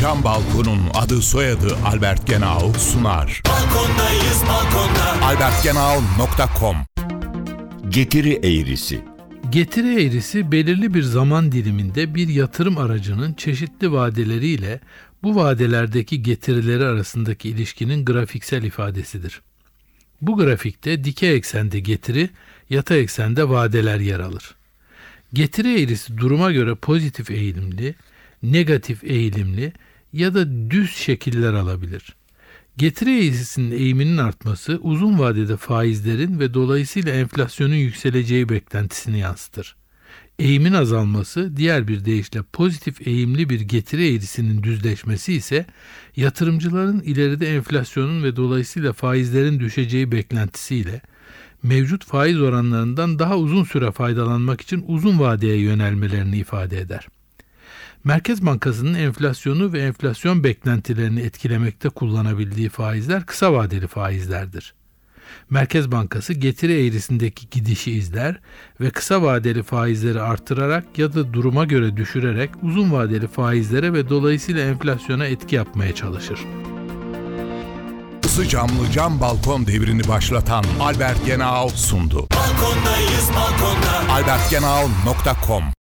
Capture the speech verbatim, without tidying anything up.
Cam Balkon'un adı soyadı Albert Genau sunar. Balkondayız balkonda. albert genau nokta com. Getiri eğrisi. Getiri eğrisi belirli bir zaman diliminde bir yatırım aracının çeşitli vadeleriyle bu vadelerdeki getirileri arasındaki ilişkinin grafiksel ifadesidir. Bu grafikte dikey eksende getiri, yatay eksende vadeler yer alır. Getiri eğrisi duruma göre pozitif eğilimli, negatif eğilimli ya da düz şekiller alabilir. Getiri eğrisinin eğiminin artması uzun vadede faizlerin ve dolayısıyla enflasyonun yükseleceği beklentisini yansıtır. Eğimin azalması, diğer bir deyişle pozitif eğimli bir getiri eğrisinin düzleşmesi ise yatırımcıların ileride enflasyonun ve dolayısıyla faizlerin düşeceği beklentisiyle mevcut faiz oranlarından daha uzun süre faydalanmak için uzun vadeye yönelmelerini ifade eder. Merkez Bankası'nın enflasyonu ve enflasyon beklentilerini etkilemekte kullanabildiği faizler kısa vadeli faizlerdir. Merkez Bankası getiri eğrisindeki gidişi izler ve kısa vadeli faizleri artırarak ya da duruma göre düşürerek uzun vadeli faizlere ve dolayısıyla enflasyona etki yapmaya çalışır. Isı camlı cam balkon devrini başlatan Albert Genau sundu. Balkondayız balkonda. albert genau nokta com